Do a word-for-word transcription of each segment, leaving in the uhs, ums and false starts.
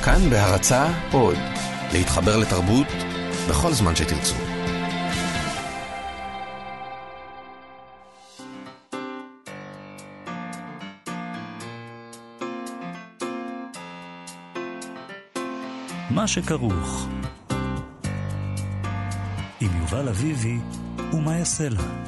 כאן בהרצאה עוד, להתחבר לתרבות בכל זמן שתרצו. מה שכרוך עם יובל אביבי ומה יעשה לה.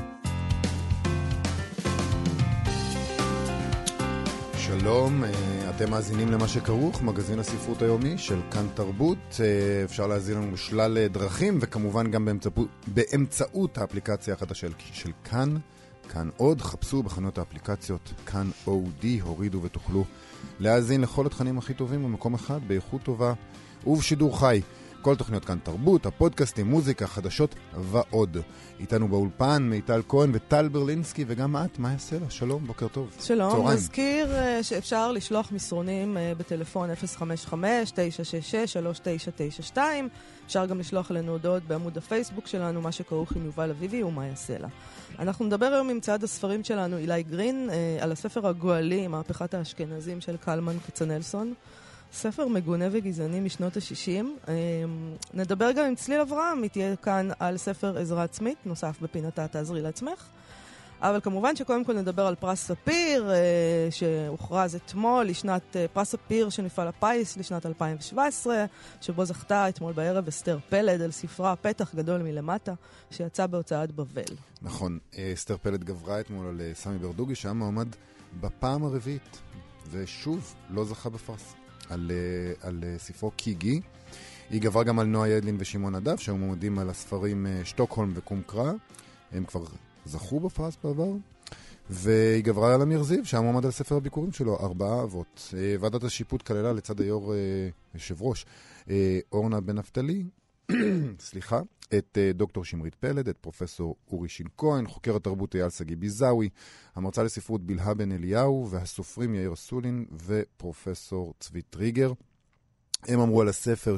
שלום, אתם מאזינים למה שכרוך, מגזין הספרות היומי של כאן תרבות. אפשר להזין לנו בשלל דרכים, וכמובן גם באמצעות, באמצעות האפליקציה החדשה של, של כאן, כאן עוד. חפשו בחנויות האפליקציות כאן אודי, הורידו ותוכלו להאזין לכל התכנים הכי טובים במקום אחד, באיכות טובה ובשידור חי. כל תוכניות כאן תרבות, הפודקאסטים, מוזיקה, חדשות ועוד. איתנו באולפן מיטל כהן וטל ברלינסקי, וגם את, מה יעשה לה? שלום, בוקר טוב. שלום, נזכיר שאפשר לשלוח מסרונים בטלפון אפס חמש חמש תשע שש שש שלוש תשע תשע שתיים. אפשר גם לשלוח לנו הודעות בעמוד הפייסבוק שלנו, מה שכרוך עם יובל אביבי ומה יעשה לה. אנחנו נדבר היום עם צעד הספרים שלנו, אילי גרין, על הספר הגואלי, מהפכת האשכנזים של קלמן כצנלסון. ספר מגונה וגזעני משנות ה-שישים. נדבר גם עם צליל אברהם, היא תהיה כאן על ספר עזרה עצמית, נוסף בפינתה תעזרי לעצמך. אבל כמובן שקודם כל נדבר על פרס ספיר, שהוכרז אתמול לשנת פרס ספיר של מפעל הפיס לשנת אלפיים שבע עשרה, שבו זכתה אתמול בערב אסתר פלד על ספרה פתח גדול מלמטה, שיצא בהוצאת בבל. נכון, אסתר פלד גברה אתמול על סמי ברדוגי, שהיה מעמד בפעם הרביעית, ושוב לא זכה בפרס. על, על ספרו קיגי. היא גברה גם על נועה ידלין ושמעון נדב, שהיו מועמדים על הספרים שטוקהולם וקום קרא. הם כבר זכו בפרס בעבר. והיא גברה על אמיר זיו, שהיה מועמד על ספר הביקורים שלו, ארבעה אבות. ועדת השיפוט כללה לצד היו"ר יושב ראש אורנה בן נפתלי, סליחה, את דוקטור שמרית פלד, את פרופסור אורי שין כהן, חוקר התרבות אייל סגי ביזאוי, המרצה לספרות בלהה בן אליהו, והסופרים יאיר סולין ופרופסור צבי טריגר. הם אמרו על הספר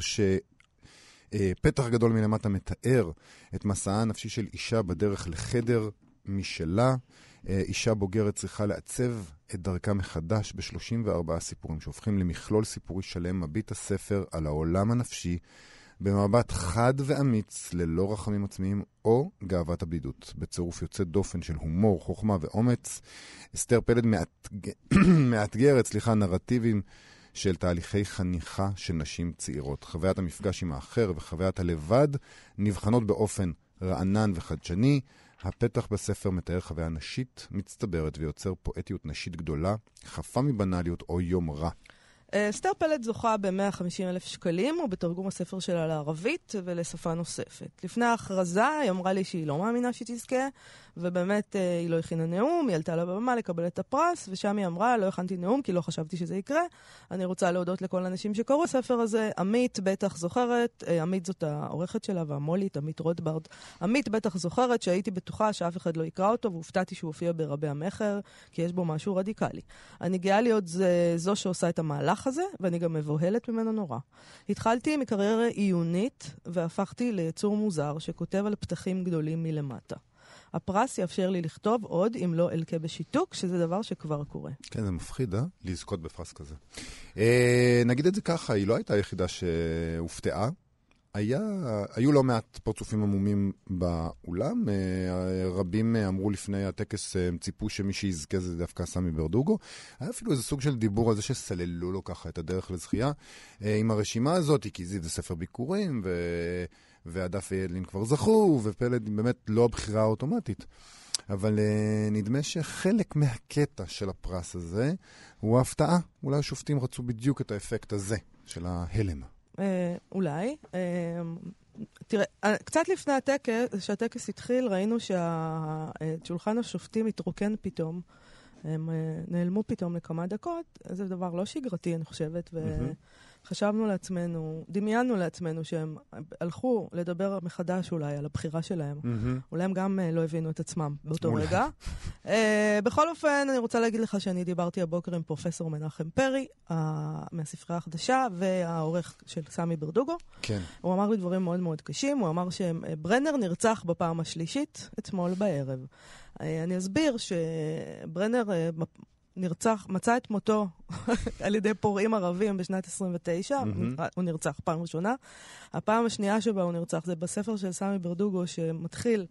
שפתח גדול מלמטה מתאר את מסעה הנפשי של אישה בדרך לחדר משלה. אישה בוגרת צריכה לעצב את דרכה מחדש ב-שלושים וארבעה סיפורים שהופכים למכלול סיפורי שלם. מביט הספר על העולם הנפשי במבט חד ואמיץ, ללא רחמים עצמיים או גאוות הבדידות, בצירוף יוצא דופן של הומור, חוכמה ואומץ. אסתר פלד מאתג... מאתגרת, סליחה, נרטיבים של תהליכי חניכה של נשים צעירות. חוויית המפגש עם האחר וחוויית הלבד נבחנות באופן רענן וחדשני. הפתח בספר מתאר חוויה נשית מצטברת ויוצר פואטיות נשית גדולה, חפה מבנליות או יום רע. אסתר פלד זוכה ב-מאה וחמישים אלף שקלים, ובתרגום הספר שלה לערבית ולשפה נוספת. לפני ההכרזה היא אמרה לי שהיא לא מאמינה שהיא תזכה, ובאמת היא לא הכינה נאום, היא עלתה לבמה לקבל את הפרס, ושם היא אמרה, לא הכנתי נאום כי לא חשבתי שזה יקרה. אני רוצה להודות לכל האנשים שקראו הספר הזה. עמית בטח זוכרת, עמית זאת העורכת שלה והמולית, עמית רוטברד. עמית בטח זוכרת שהייתי בטוחה שאף אחד לא יקרא אותו, והופתעתי שהוא הופיע ברבי המחר, כי יש בו משהו רדיקלי. אני גאה להיות זו שעושה את המהלך הזה, ואני גם מבוהלת ממנו נורא. התחלתי מקריירה עיונית, והפכתי ליצור מוזר שכותב על פתחים גדולים מלמטה. הפרס יאפשר לי לכתוב עוד, אם לא אלכה בשיתוק, שזה דבר שכבר קורה. כן, זה מפחיד, אה? לזכות בפרס כזה. אה, נגיד את זה ככה, היא לא הייתה היחידה שהופתעה. היה, היו לא מעט פרצופים עמומים באולם. רבים אמרו לפני הטקס, הם ציפו שמי שיזכה זה דווקא סמי ברדוגו. היה אפילו איזה סוג של דיבור על זה שסללו לו ככה את הדרך לזכייה. עם הרשימה הזאת, כי זה ספר ביקורים, ו... והדף וידלין כבר זכו, ופלד באמת לא הבחירה האוטומטית. אבל נדמה שחלק מהקטע של הפרס הזה הוא ההפתעה. אולי השופטים רצו בדיוק את האפקט הזה של ההלם. אולי. תראה, קצת לפני הטקס, שהטקס התחיל, ראינו ששולחן השופטים התרוקן פתאום. הם נעלמו פתאום לכמה דקות. זה דבר לא שגרתי, אני חושבת, וחשבנו לעצמנו, דמיינו לעצמנו שהם הלכו לדבר מחדש אולי על הבחירה שלהם. אולי הם גם לא הבינו את עצמם באותו רגע. בכל אופן, אני רוצה להגיד לך שאני דיברתי הבוקר עם פרופסור מנחם פרי, מהספרייה החדשה, והעורך של סמי ברדוגו. כן. הוא אמר לי דברים מאוד מאוד קשים. הוא אמר שברנר נרצח בפעם השלישית אתמול בערב. אני אסביר שברנר נרצח, מצא את מותו על ידי פורעים ערבים בשנת עשרים ותשע, mm-hmm. הוא נרצח פעם ראשונה. הפעם השנייה שבה הוא נרצח זה בספר של סמי ברדוגו, שמתחיל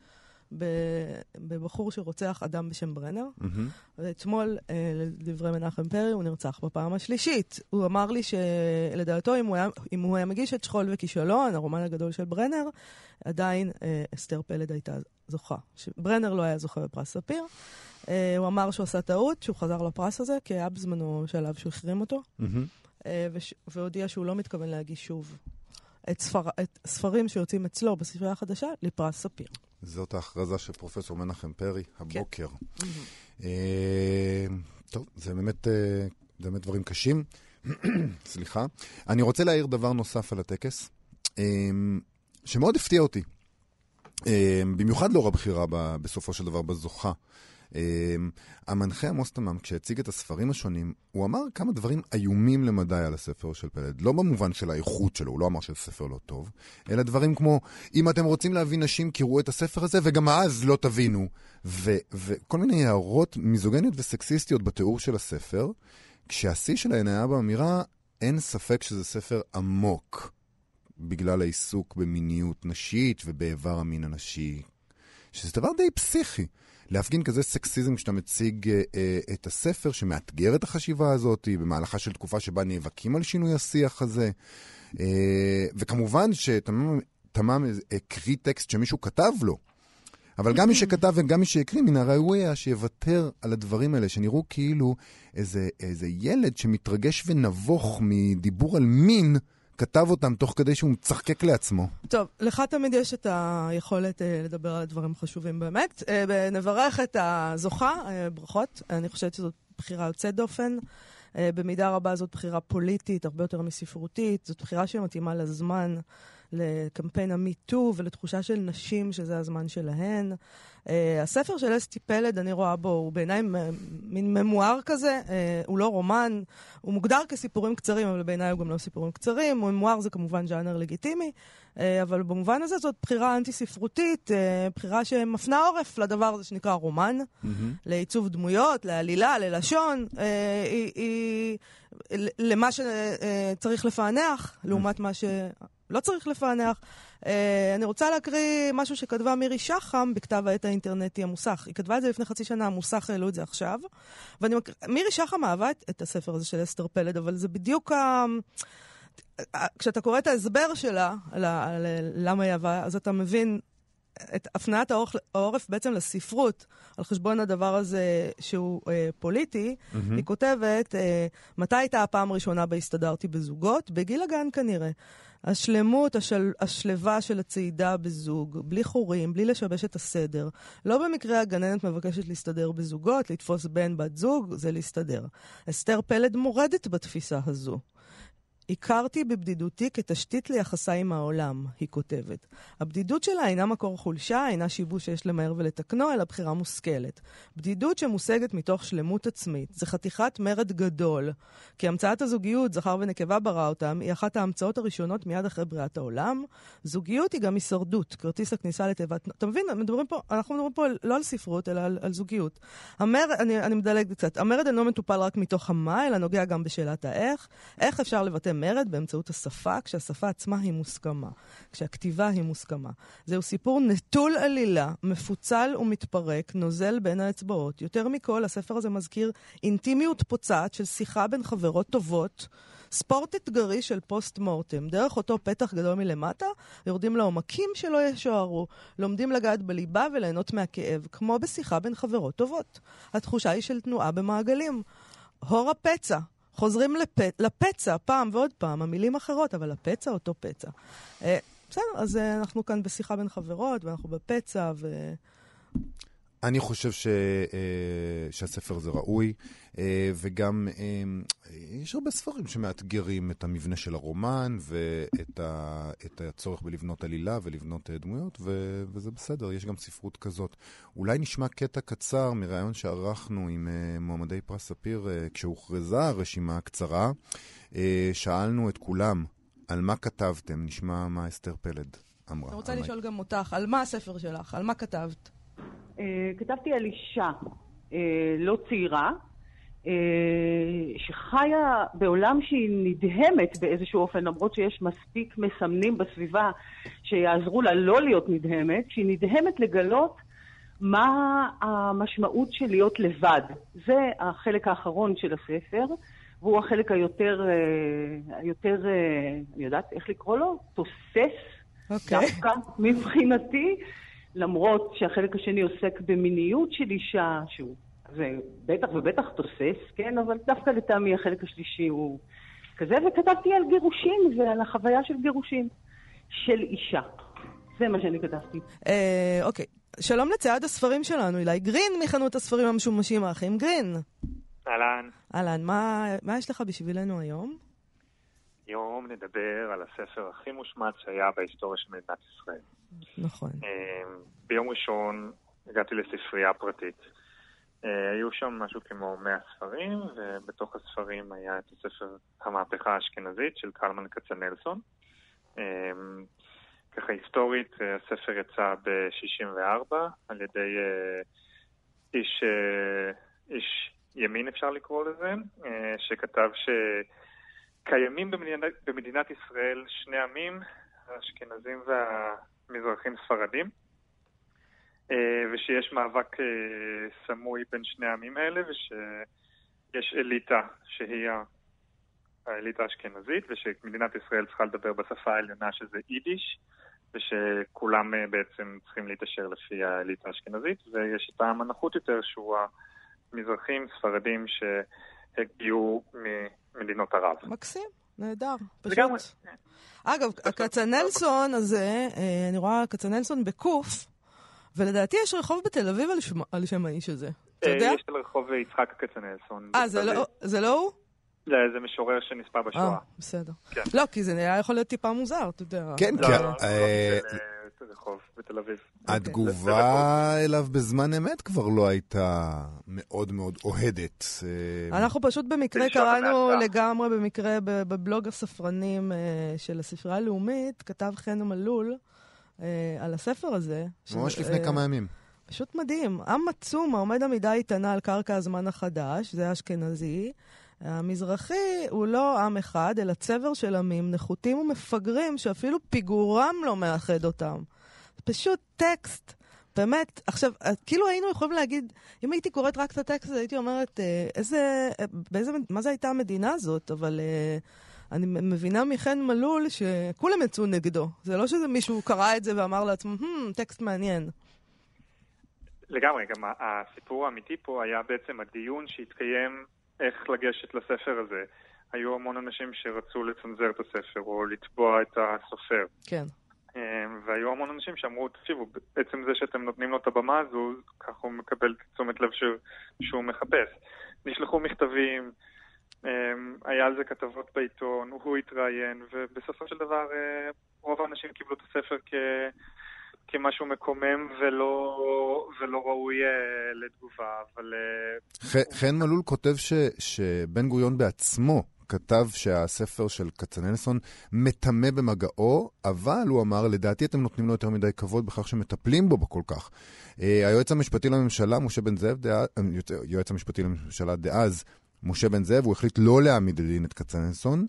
בבחור שרוצח אדם בשם ברנר, mm-hmm. ואתמול, לדברי מנחם פרי, הוא נרצח בפעם השלישית. הוא אמר לי שלדעתו, אם הוא היה, אם הוא היה מגיש את שכול וכישלון, הרומן הגדול של ברנר, עדיין אסתר פלד הייתה זוכה. ברנר לא היה זוכה בפרס ספיר. הוא אמר שהוא עשה טעות, שהוא חזר לפרס הזה, כי היה בזמנו שלב שהחרים אותו, mm-hmm. והודיע שהוא לא מתכוון להגיש שוב את, ספר, את ספרים שיוצאים אצלו בספרייה החדשה לפרס ספיר. זאת ההכרזה של פרופסור מנחם פרי הבוקר. כן. Mm-hmm. אה, טוב, זה באמת, אה, זה באמת דברים קשים. סליחה. אני רוצה להעיר דבר נוסף על הטקס, אה, שמאוד הפתיע אותי. אה, במיוחד לאור הבחירה ב, בסופו של דבר בזוכה. Uh, המנחה עמוס תמם, כשהציג את הספרים השונים, הוא אמר כמה דברים איומים למדי על הספר של פלד. לא במובן של האיכות שלו, הוא לא אמר שהספר לא טוב, אלא דברים כמו, אם אתם רוצים להבין נשים, קראו את הספר הזה, וגם אז לא תבינו. ו- וכל מיני הערות מיזוגניות וסקסיסטיות בתיאור של הספר, כשהשיא שלהן היה באמירה, אין ספק שזה ספר עמוק, בגלל העיסוק במיניות נשית ובאיבר המין הנשי, שזה דבר די פסיכי. להפגין כזה סקסיזם כשאתה מציג אה, אה, את הספר שמאתגר את החשיבה הזאת במהלכה של תקופה שבה נאבקים על שינוי השיח הזה. אה, וכמובן שתמם הקריא טקסט שמישהו כתב לו. אבל גם מי שכתב וגם מי שהקריא, מן הראוי היה שיוותר על הדברים האלה, שנראו כאילו איזה, איזה ילד שמתרגש ונבוך מדיבור על מין, כתב אותם תוך כדי שהוא מצחקק לעצמו. טוב, לך תמיד יש את היכולת אה, לדבר על דברים חשובים באמת. אה, נברך את הזוכה, אה, ברכות. אני חושבת שזאת בחירה יוצאת דופן. אה, במידה רבה זאת בחירה פוליטית, הרבה יותר מספרותית. זאת בחירה שמתאימה לזמן, לקמפיין המיטו ולתחושה של נשים שזה הזמן שלהן. Uh, הספר של אסתי פלד, אני רואה בו, הוא בעיניי מין ממואר כזה, uh, הוא לא רומן, הוא מוגדר כסיפורים קצרים, אבל בעיניי הוא גם לא סיפורים קצרים, ממואר זה כמובן ז'אנר לגיטימי, uh, אבל במובן הזה זאת בחירה אנטי-ספרותית, uh, בחירה שמפנה עורף לדבר הזה שנקרא רומן, mm-hmm. לעיצוב דמויות, לעלילה, ללשון, uh, היא, היא, למה שצריך לפענח, לעומת מה ש... לא צריך לפענח. Uh, אני רוצה להקריא משהו שכתבה מירי שחם בכתב העת האינטרנטי המוסך. היא כתבה את זה לפני חצי שנה, המוסך העלו את זה עכשיו. ואני מק... מירי שחם אהבה את, את הספר הזה של אסתר פלד, אבל זה בדיוק ה... כשאתה קורא את ההסבר שלה, ל... ל... למה היא אהבה, אז אתה מבין את הפניית העורף, העורף בעצם לספרות, על חשבון הדבר הזה שהוא אה, פוליטי. Mm-hmm. היא כותבת, אה, מתי הייתה הפעם הראשונה בהסתדרתי בזוגות? בגיל הגן כנראה. השלמות, השל... השלווה של הצעידה בזוג, בלי חורים, בלי לשבש את הסדר. לא במקרה הגננת מבקשת להסתדר בזוגות, לתפוס בן בת זוג, זה להסתדר. אסתר פלד מורדת בתפיסה הזו. הכרתי בבדידותי כתשתית ליחסה עם העולם, היא כותבת. הבדידות שלה אינה מקור חולשה, אינה שיבוש שיש למהר ולתקנו, אלא בחירה מושכלת. בדידות שמושגת מתוך שלמות עצמית. זה חתיכת מרד גדול. כי המצאת הזוגיות, זכר ונקבה ברא אותם, היא אחת ההמצאות הראשונות מיד אחרי בריאת העולם. זוגיות היא גם הישרדות, כרטיס הכניסה לתיבת... אתה מבין? מדברים פה, אנחנו מדברים פה לא על ספרות, אלא על, על זוגיות. המרד, אני, אני מדלג קצת. המרד אינו מטופל רק מתוך המה, אלא נוגע גם בשאלת האיך. איך אפשר לבטא מרד באמצעות השפה, כשהשפה עצמה היא מוסכמה, כשהכתיבה היא מוסכמה. זהו סיפור נטול עלילה, מפוצל ומתפרק, נוזל בין האצבעות. יותר מכל, הספר הזה מזכיר אינטימיות פוצעת של שיחה בין חברות טובות, ספורט אתגרי של פוסט מורטם. דרך אותו פתח גדול מלמטה, יורדים לעומקים שלא ישוערו, לומדים לגעת בליבה וליהנות מהכאב, כמו בשיחה בין חברות טובות. התחושה היא של תנועה במעגלים. הור הפצע. חוזרים לפ... לפצע פעם ועוד פעם, המילים אחרות, אבל הפצע אותו פצע. אה, בסדר, אז אה, אנחנו כאן בשיחה בין חברות, ואנחנו בפצע, ו... אני חושב ש... אה, שהספר זה ראוי, אה, וגם אה, יש הרבה ספרים שמאתגרים את המבנה של הרומן, ואת ה... את הצורך בלבנות עלילה ולבנות דמויות, ו... וזה בסדר, יש גם ספרות כזאת. אולי נשמע קטע קצר מרעיון שערכנו עם אה, מועמדי פרס ספיר, אה, כשהוכרזה הרשימה הקצרה, אה, שאלנו את כולם על מה כתבתם, נשמע מה אסתר פלד אמרה. אני רוצה לשאול גם אותך, על מה הספר שלך, על מה כתבת? כתבתי על אישה לא צעירה, שחיה בעולם שהיא נדהמת באיזשהו אופן, למרות שיש מספיק מסמנים בסביבה שיעזרו לה לא להיות נדהמת, שהיא נדהמת לגלות מה המשמעות של להיות לבד. זה החלק האחרון של הספר, והוא החלק היותר, היותר, אני יודעת איך לקרוא לו? תוסס, okay. דווקא מבחינתי, למרות שהחלק השני עוסק במיניות של אישה, שהוא זה בטח ובטח תוסס, כן, אבל דווקא לטעמי החלק השלישי הוא כזה, וכתבתי על גירושים ועל החוויה של גירושים של אישה. זה מה שאני כתבתי. אה, אוקיי. שלום לצעד הספרים שלנו, אילי גרין מחנות הספרים המשומשים האחים גרין. אהלן. אהלן, מה, מה יש לך בשבילנו היום? היום נדבר על הספר הכי מושמץ שהיה בהיסטוריה של מדינת ישראל. נכון. ביום ראשון הגעתי לספרייה פרטית. היו שם משהו כמו מאה ספרים, ובתוך הספרים היה את הספר המהפכה האשכנזית של קלמן כצנלסון. ככה היסטורית, הספר יצא ב-שישים וארבע על ידי איש, איש ימין אפשר לקרוא לזה, שכתב שקיימים במדינת, במדינת ישראל שני עמים, האשכנזים והמזרחים ספרדים, ושיש מאבק סמוי בין שני העמים האלה, ושיש אליטה שהיא האליטה האשכנזית, ושמדינת ישראל צריכה לדבר בשפה העליונה שזה יידיש, ושכולם בעצם צריכים להתאשר לפי האליטה האשכנזית, ויש את העם הנחות יותר שהוא המזרחים ספרדים שהגיעו ממדינות ערב. מקסים, נהדר, פשוט. אגב, כצנלסון הזה, אני רואה כצנלסון בקוף, ולדעתי יש רחוב בתל אביב על, שמה, על שם האיש הזה. אתה יודע? יש לרחוב יצחק כצנלסון. אה, זה, לא, זה לא הוא? לא, זה משורר שנספה בשואה. אה, בסדר. כן. לא, כי זה היה יכול להיות טיפה מוזר, אתה יודע. כן, לא, כן. לא, אה... זה רחוב בתל אביב. התגובה אליו בזמן אמת כבר לא הייתה מאוד מאוד אוהדת. אנחנו פשוט במקרה קראנו לגמרי, במקרה בבלוג הספרנים של הספרייה הלאומית, כתב חן מלול, על הספר הזה. ממש לפני כמה ימים. פשוט מדהים. עם עצום, העומד עמידה איתנה על קרקע הזמן החדש, זה אשכנזי. המזרחי הוא לא עם אחד, אלא צבר של עמים נחותים ומפגרים, שאפילו פיגורם לא מאחד אותם. זה פשוט טקסט. באמת, עכשיו, כאילו היינו יכולים להגיד, אם הייתי קוראת רק את הטקסט, הייתי אומרת, איזה, באיזה, מה זה הייתה המדינה הזאת? אבל... אני מבינה מחן מלול שכולם יצאו נגדו. זה לא שזה מישהו קרא את זה ואמר לעצמו, hmm, טקסט מעניין. לגמרי, גם הסיפור האמיתי פה היה בעצם הדיון שהתקיים איך לגשת לספר הזה. היו המון אנשים שרצו לצנזר את הספר או לתבוע את הסופר. כן. והיו המון אנשים שאמרו, תקשיבו, בעצם זה שאתם נותנים לו את הבמה הזו, ככה הוא מקבל תשומת לב שהוא מחפש. נשלחו מכתבים, היה על זה כתבות בעיתון, הוא התראיין, ובסופו של דבר רוב האנשים קיבלו את הספר כ... כמשהו מקומם ולא, ולא ראוי לתגובה, אבל... חן מלול כותב ש, שבן גוריון בעצמו כתב שהספר של כצנלסון מטמא במגעו, אבל הוא אמר, לדעתי אתם נותנים לו יותר מדי כבוד בכך שמטפלים בו בכל כך. היועץ המשפטי לממשלה, משה בן זאב, דאז, היועץ המשפטי לממשלה דאז, משה בן זאב, הוא החליט לא להעמיד לדין את כצנלסון,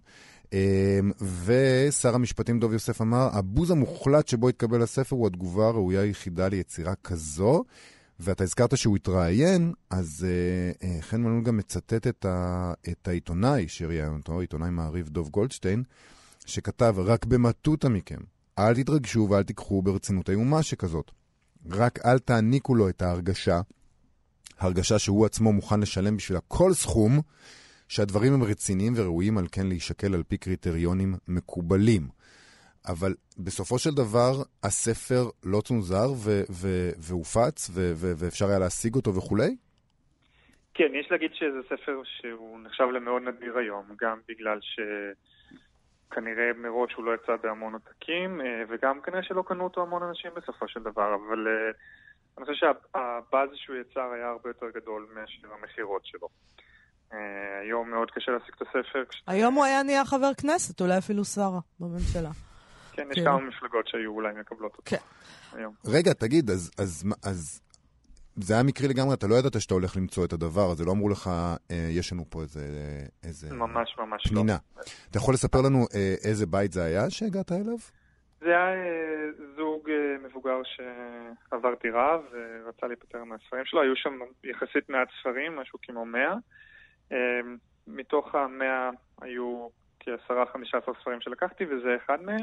ושר המשפטים דוב יוסף אמר, הבוז המוחלט שבו התקבל הספר הוא התגובה הראויה היחידה ליצירה כזו, ואתה הזכרת שהוא התראיין, אז חן מלול גם מצטט את, ה, את העיתונאי שראיין אותו, עיתונאי מעריב דוב גולדשטיין, שכתב, רק במטוטה מכם, אל תתרגשו ואל תיקחו ברצינות איומה שכזאת. רק אל תעניקו לו את ההרגשה, הרגשה שהוא עצמו מוכן לשלם בשבילה כל סכום, שהדברים הם רציניים וראויים על כן להישקל על פי קריטריונים מקובלים. אבל בסופו של דבר הספר לא צונזר ו- ו- והופץ ו- ו- ואפשר היה להשיג אותו וכולי? כן, יש להגיד שזה ספר שהוא נחשב למאוד נדיר היום, גם בגלל שכנראה מראש הוא לא יצא בהמון עותקים, וגם כנראה שלא קנו אותו המון אנשים בסופו של דבר, אבל אני חושב שהבאז שהוא יצר היה הרבה יותר גדול מאשר המחירות שלו. היום מאוד קשה להשיג את הספר. היום הוא היה נהיה חבר כנסת, אולי אפילו שר בממשלה. כן, יש כמה מפלגות שהיו אולי מקבלות אותו. כן. רגע, תגיד, אז זה היה מקרי לגמרי, אתה לא ידעת שאתה הולך למצוא את הדבר הזה, לא אמרו לך, יש לנו פה איזה ממש ממש פנינה. אתה יכול לספר לנו איזה בית זה היה שהגעת אליו? זה היה זוג מבוגר שעבר דירה ורצה להיפטר מהספרים שלו. היו שם יחסית מעט ספרים, משהו כמו מאה. מתוך המאה היו כעשרה, חמישה עשר ספרים שלקחתי, וזה אחד מהם.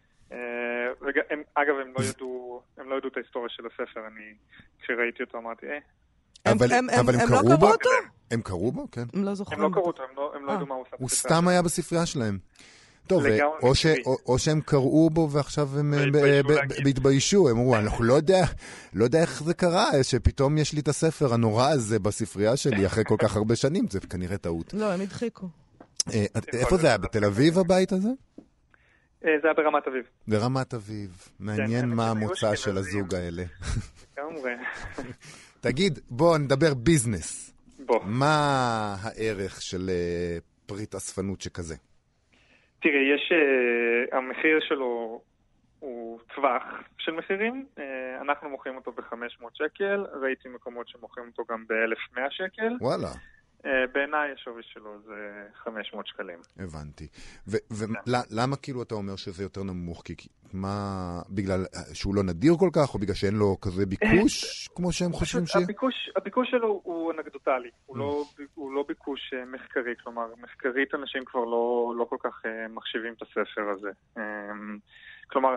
אגב, הם לא ידעו, הם לא ידעו את ההיסטוריה של הספר. אני, כשראיתי אותו, אמרתי, אה. אבל הם קראו בו? הם קראו בו, כן. הם לא זוכרים. הם לא קראו אותו, הם לא ידעו מה הוא עושה. הוא סתם היה בספרייה שלהם. טוב, או שהם קראו בו ועכשיו הם התביישו, הם אמרו, אנחנו לא יודע איך זה קרה, שפתאום יש לי את הספר הנורא הזה בספרייה שלי אחרי כל כך הרבה שנים, זה כנראה טעות. לא, הם הדחיקו. איפה זה היה? בתל אביב הבית הזה? זה היה ברמת אביב. ברמת אביב. מעניין מה המוצא של הזוג האלה. כמובן. תגיד, בוא נדבר ביזנס. בוא. מה הערך של פריט אספנות שכזה? תראה, יש, uh, המחיר שלו הוא טווח של מחירים. Uh, אנחנו מוכרים אותו ב-חמש מאות שקל, ראיתי מקומות שמוכרים אותו גם ב-אלף ומאה שקל. וואלה. Uh, בעיניי השווי שלו זה חמש מאות שקלים. הבנתי. ולמה כאילו אתה אומר שזה יותר נמוך? כי מה, בגלל שהוא לא נדיר כל כך, או בגלל שאין לו כזה ביקוש, כמו שהם חושבים שיהיה? הביקוש, הביקוש שלו הוא אנקדוטלי, הוא לא, הוא לא ביקוש מחקרי, כלומר, מחקרית אנשים כבר לא, לא כל כך מחשיבים את הספר הזה. כלומר,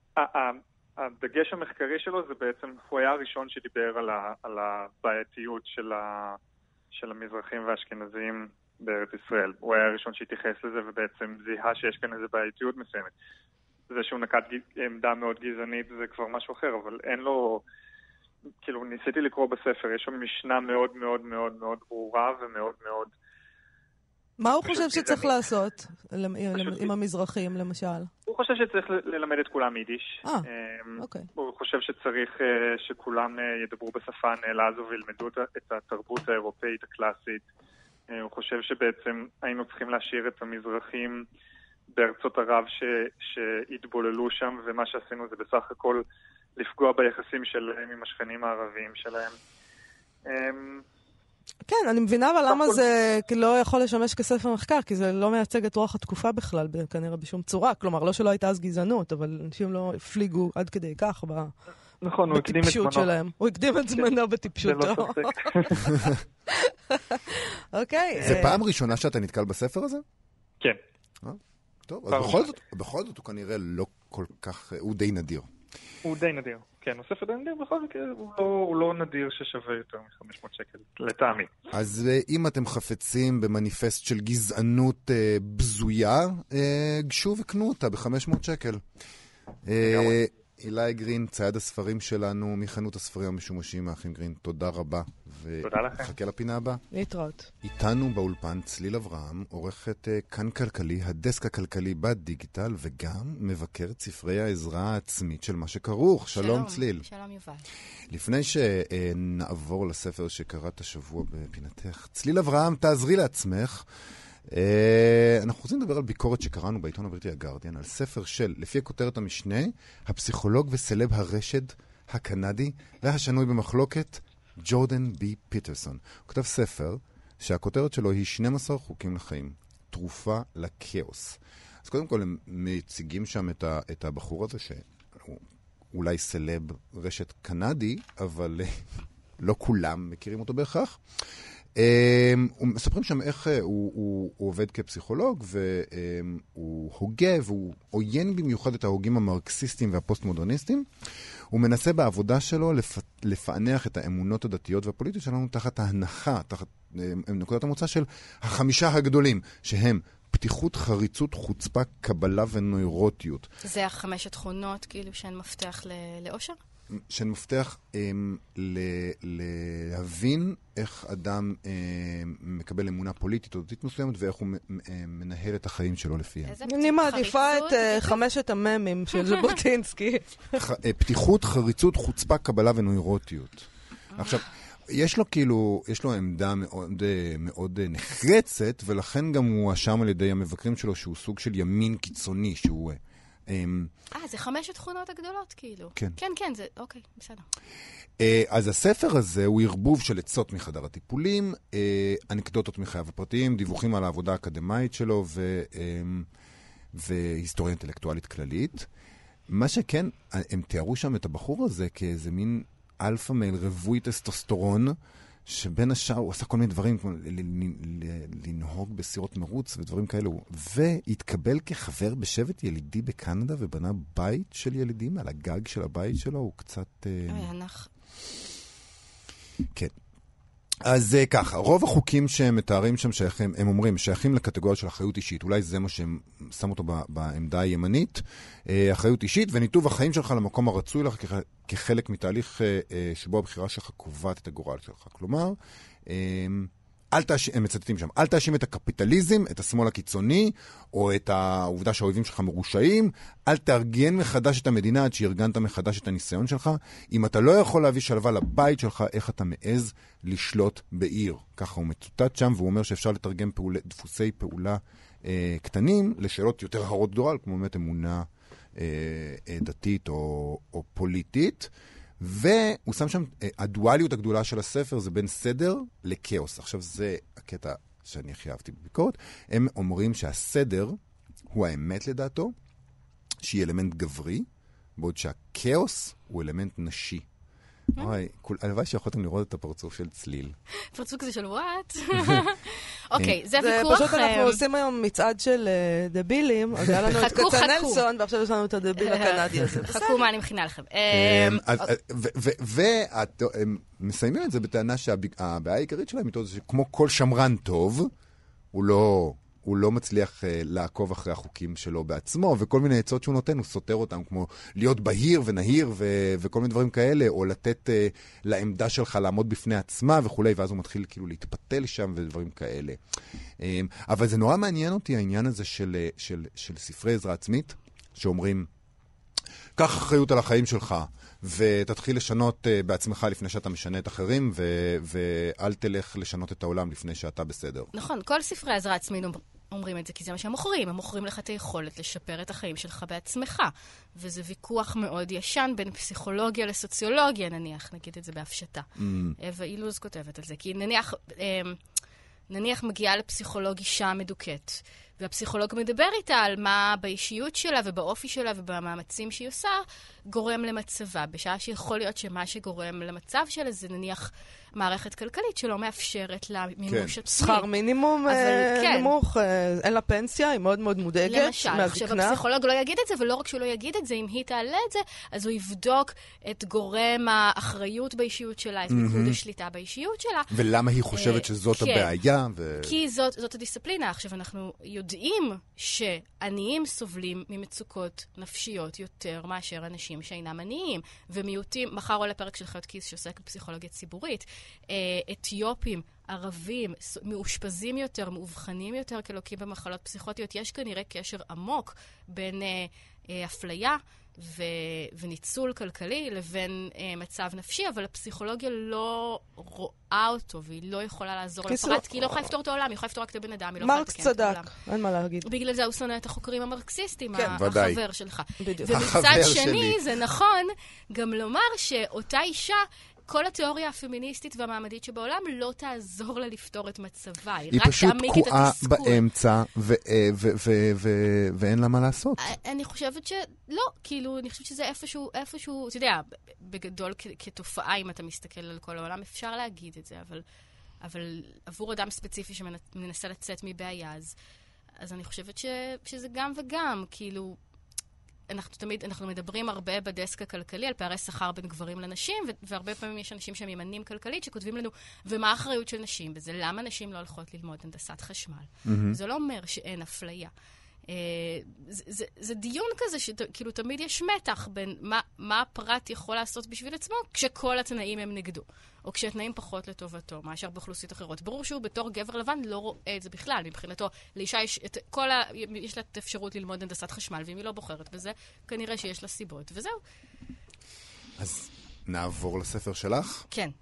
הדגש המחקרי שלו זה בעצם, הוא היה הראשון שדיבר על, ה, על הבעייתיות של ה... של המזרחים והאשכנזים בארץ ישראל. הוא היה הראשון שהתייחס לזה ובעצם זיהה שיש כאן איזו בעייתיות מסוימת. זה שהוא נקט עמדה מאוד גזענית זה כבר משהו אחר, אבל אין לו, כאילו ניסיתי לקרוא בספר, יש שם משנה מאוד מאוד מאוד מאוד ברורה ומאוד מאוד... מה הוא חושב שצריך לעשות עם המזרחים למשל? הוא חושב שצריך ללמד את כולם יידיש. אה, אוקיי. הוא חושב שצריך שכולם ידברו בשפה הנעלה הזו וילמדו את התרבות האירופאית הקלאסית. הוא חושב שבעצם היינו צריכים להשאיר את המזרחים בארצות ערב שהתבוללו שם, ומה שעשינו זה בסך הכל לפגוע ביחסים שלהם עם השכנים הערביים שלהם. כן, אני מבינה, אבל למה זה לא יכול לשמש כספר מחקר, כי זה לא מייצג את רוח התקופה בכלל, כנראה בשום צורה. כלומר, לא שלא הייתה אז גזענות, אבל אנשים לא הפליגו עד כדי כך בטיפשות שלהם. הוא הקדים את זמנו בטיפשותו. אוקיי. זה פעם ראשונה שאתה נתקל בספר הזה? כן. טוב, אז בכל זאת הוא כנראה לא כל כך, הוא די נדיר. הוא די נדיר. כן, הוא ספר די נדיר, בכל זאת הוא לא נדיר ששווה יותר מ-חמש מאות שקל, לטעמי. אז אם אתם חפצים במניפסט של גזענות בזויה, גשו וקנו אותה ב-חמש מאות שקל. אילי גרין, צייד הספרים שלנו, מחנות הספרים המשומשים האחים גרין, תודה רבה. תודה לכם. וחכה לפינה הבאה. להתראות. איתנו באולפן צליל אברהם, עורכת כאן כלכלי, הדסק הכלכלי בדיגיטל, וגם מבקרת ספרי העזרה העצמית של מה שכרוך. שלום, שלום צליל. שלום יובל. לפני שנעבור לספר שקראת השבוע בפינתך, צליל אברהם, תעזרי לעצמך. אנחנו רוצים לדבר על ביקורת שקראנו בעיתון הבריטי הגרדיאן, על ספר של, לפי הכותרת המשנה, הפסיכולוג וסלב הרשת הקנדי והשנוי במחלוקת, ג'ורדן בי פיטרסון. הוא כתב ספר שהכותרת שלו היא שנים עשר חוקים לחיים, תרופה לקאוס. אז קודם כל הם מציגים שם את, ה, את הבחור הזה שהוא אולי סלב רשת קנדי, אבל לא כולם מכירים אותו בהכרח. מספרים שם איך הוא, הוא, הוא עובד כפסיכולוג, והוא הוגה, והוא עוין במיוחד את ההוגים המרקסיסטים והפוסט-מודרניסטים. הוא מנסה בעבודה שלו לפ... לפענח את האמונות הדתיות והפוליטיות שלנו תחת ההנחה, תחת נקודת המוצא של החמישה הגדולים, שהם פתיחות, חריצות, חוצפה, קבלה ונוירוטיות. זה החמש התכונות כאילו שהן מפתח לאושר? שהן מפתח הם, ל, להבין איך אדם הם, מקבל אמונה פוליטית או דתית מסוימת, ואיך הוא מנהל את החיים שלו לפיהם. אני מעדיפה את חמשת הממים של ז'בוטינסקי. פתיחות, חריצות, חוצפה, קבלה ונוירוטיות. עכשיו, יש לו כאילו, יש לו עמדה מאוד, מאוד נחרצת, ולכן גם הוא אשם על ידי המבקרים שלו שהוא סוג של ימין קיצוני, שהוא אה, זה חמש התכונות הגדולות, כאילו. כן. כן, כן, זה, אוקיי, בסדר. אז הספר הזה הוא ערבוב של עצות מחדר הטיפולים, אנקדוטות מחייו הפרטיים, דיווחים על העבודה האקדמית שלו והיסטוריה אינטלקטואלית כללית. מה שכן, הם תיארו שם את הבחור הזה כאיזה מין אלפא מייל רבוי טסטוסטרון, שבין השאר הוא עשה כל מיני דברים, כמו לנהוג בסירות מרוץ ודברים כאלו, והתקבל כחבר בשבט ילידי בקנדה, ובנה בית של ילידים, על הגג של הבית שלו, הוא קצת... אוי, הנח. כן. אז ככה, רוב החוקים שהם מתארים שם שייכים, הם אומרים, שייכים לקטגוריה של אחריות אישית. אולי זה מה שהם שם אותו בעמדה הימנית. אחריות אישית וניתוב החיים שלך למקום הרצוי לך כחלק מתהליך שבו הבחירה שלך קובעת את הגורל שלך. כלומר, אל תאשים, הם מצטטים שם, אל תאשים את הקפיטליזם, את השמאל הקיצוני, או את העובדה שהאויבים שלך מרושעים, אל תארגן מחדש את המדינה עד שארגנת מחדש את הניסיון שלך. אם אתה לא יכול להביא שלווה לבית שלך, איך אתה מעז לשלוט בעיר? ככה הוא מצוטט שם, והוא אומר שאפשר לתרגם פעול, דפוסי פעולה אה, קטנים לשאלות יותר הרות גורל, כמו באמת אמונה אה, אה, דתית או, או פוליטית. והוא שם שם, הדואליות הגדולה של הספר זה בין סדר לקאוס. עכשיו זה הקטע שאני הכי אהבתי בביקורת. הם אומרים שהסדר הוא האמת לדעתו, שהיא אלמנט גברי, בעוד שהקאוס הוא אלמנט נשי. אוי, הלוואי שיכולתם לראות את הפרצוף של צליל. פרצוף כזה של וואט? אוקיי, זה ויכוח... פשוט אנחנו עושים היום מצעד של דבילים, אז היה לנו את כצנלסון, ועכשיו יש לנו את הדביל הקנדי הזה. חכו מה אני מכינה לכם. והם מסיימים את זה בטענה שהבעיה העיקרית שלהם איתו זה שכמו כל שמרן טוב, הוא לא... הוא לא מצליח uh, לעקוב אחרי החוקים שלו בעצמו, וכל מיני עצות שהוא נותן, הוא סותר אותם, כמו להיות בהיר ונהיר ו- וכל מיני דברים כאלה, או לתת uh, לעמדה שלך לעמוד בפני עצמה וכו', ואז הוא מתחיל כאילו להתפתל שם ודברים כאלה. Um, אבל זה נורא מעניין אותי העניין הזה של, של, של ספרי עזרה עצמית, שאומרים, קח אחריות על החיים שלך, ותתחיל לשנות uh, בעצמך לפני שאתה משנה את אחרים, ו- ואל תלך לשנות את העולם לפני שאתה בסדר. נכון, כל ספרי עזרה עצמית אומרים את זה, כי זה מה שהם מוכרים. הם מוכרים לך את היכולת לשפר את החיים שלך בעצמך. וזה ויכוח מאוד ישן בין פסיכולוגיה לסוציולוגיה, נניח, נגיד את זה בהפשטה. Mm. ואילוז כותבת על זה, כי נניח, נניח מגיעה לפסיכולוג אישה מדוכאת, והפסיכולוג מדבר איתה על מה באישיות שלה ובאופי שלה ובמאמצים שהיא עושה, גורם למצבה. בשעה שיכול להיות שמה שגורם למצב שלה זה נניח מערכת כלכלית שלא מאפשרת למימוש עצמי. שכר מינימום נמוך, אין לה פנסיה, היא מאוד מאוד מודאגת. למשל, עכשיו הפסיכולוג לא יגיד את זה, ולא רק שהוא לא יגיד את זה, אם היא תעלה את זה, אז הוא יבדוק את גורם האחריות באישיות שלה, את מיקוד השליטה באישיות שלה. ולמה היא חושבת שזאת הבעיה? כי זאת הדיסציפלינה. עכשיו אנחנו יודעים שעניים סובלים ממצוקות נפשיות יותר מאשר אנשים שאינם עניים, ומיעוטים, מחר עולה פרק של חיות כיס שעוסק בפסיכולוגיה ציבורית, אתיופים, ערבים, מאושפזים יותר, מאובחנים יותר כלוקים במחלות פסיכוטיות. יש כנראה קשר עמוק בין אה, אה, אפליה ו- וניצול כלכלי לבין אה, מצב נפשי, אבל הפסיכולוגיה לא רואה אותו, והיא לא יכולה לעזור לפרט, כי היא לא יכולה לפתור את העולם, היא יכולה לפתור רק את הבן אדם, היא לא יכולה לתקן את העולם. מרקס צדק, אין מה להגיד. בגלל זה הוא שונא את החוקרים המרקסיסטים, כן, החבר שלך. בדיוק. ומצד שני, זה נכון גם לומר שאותה אישה, כל התיאוריה הפמיניסטית והמעמדית שבעולם לא תעזור לה לפתור את מצבה. היא פשוט תקועה באמצע ואין לה מה לעשות. אני חושבת שלא, כאילו, אני חושבת שזה איפשהו, איפשהו, אתה יודע, בגדול כתופעה, אם אתה מסתכל על כל העולם, אפשר להגיד את זה, אבל, אבל עבור אדם ספציפי שמנסה לצאת מבעיה, אז, אז אני חושבת ש, שזה גם וגם, כאילו, אנחנו תמיד, אנחנו מדברים הרבה בדסק הכלכלי על פערי שכר בין גברים לנשים, והרבה פעמים יש אנשים שהם ימנים כלכלית שכותבים לנו, ומה האחריות של נשים? וזה למה נשים לא הולכות ללמוד הנדסת חשמל. Mm-hmm. זה לא אומר שאין אפליה. אה, זה, זה, זה דיון כזה שכאילו תמיד יש מתח בין מה, מה הפרט יכול לעשות בשביל עצמו, כשכל התנאים הם נגדו. או כשהתנאים פחות לטובתו, מאשר באוכלוסיות אחרות. ברור שהוא בתור גבר לבן לא רואה את זה בכלל. מבחינתו, לאישה יש, את, כל ה, יש לה את האפשרות ללמוד הנדסת חשמל, ואם היא לא בוחרת בזה, כנראה שיש לה סיבות, וזהו. אז נעבור לספר שלך? כן.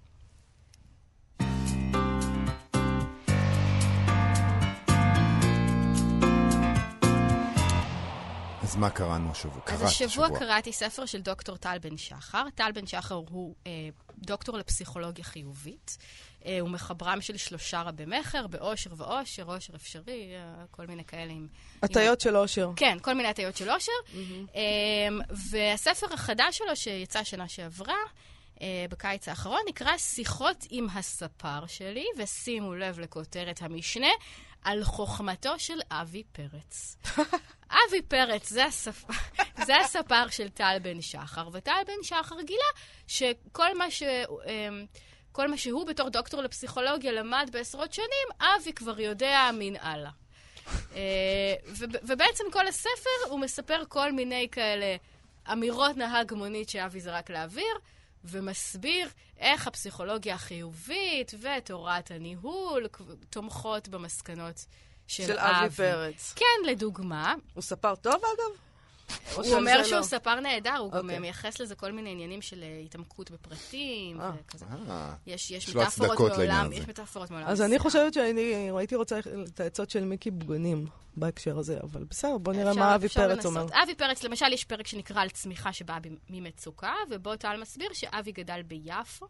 אז מה קראנו השבוע? אז השבוע קראתי ספר של דוקטור טל בן שחר. טל בן שחר הוא אה, דוקטור לפסיכולוגיה חיובית. אה, הוא מחברם של שלושה רבי מחר, באושר ואושר, אושר אפשרי, אה, כל מיני כאלה עם... הטיות עם... של אושר. כן, כל מיני הטיות של אושר. Mm-hmm. אה, והספר החדש שלו, שיצא שנה שעברה, אה, בקיץ האחרון, נקרא שיחות עם הספר שלי, ושימו לב לכותרת המשנה, על חוכמתו של אבי פרץ. אבי פרץ, זה, הספ... זה הספר של טל בן שחר, וטל בן שחר גילה שכל מה, ש... כל מה שהוא בתור דוקטור לפסיכולוגיה למד בעשרות שנים, אבי כבר יודע מן הלאה. ובעצם כל הספר הוא מספר כל מיני כאלה אמירות נהג מונית שאבי זרק לאוויר, ומסביר איך הפסיכולוגיה החיובית ותורת הניהול תומכות במסקנות של, של אבי. אבי פרץ. כן, לדוגמה. הוא ספר טוב, אגב? הוא אומר שהוא לא? ספר נהדר, הוא okay. גם מייחס לזה כל מיני עניינים של התעמקות בפרטים. וכזה. יש, יש מטאפורות מעולם. יש מטאפורות מעולם. אז אני חושבת שאני הייתי רוצה את העצות של מיקי בוגנים בהקשר הזה, אבל בסדר, בוא נראה מה אבי פרץ אומר. אבי פרץ, למשל, יש פרק שנקרא על צמיחה שבאה ממצוקה, ובו טל מסביר שאבי גדל ביפו,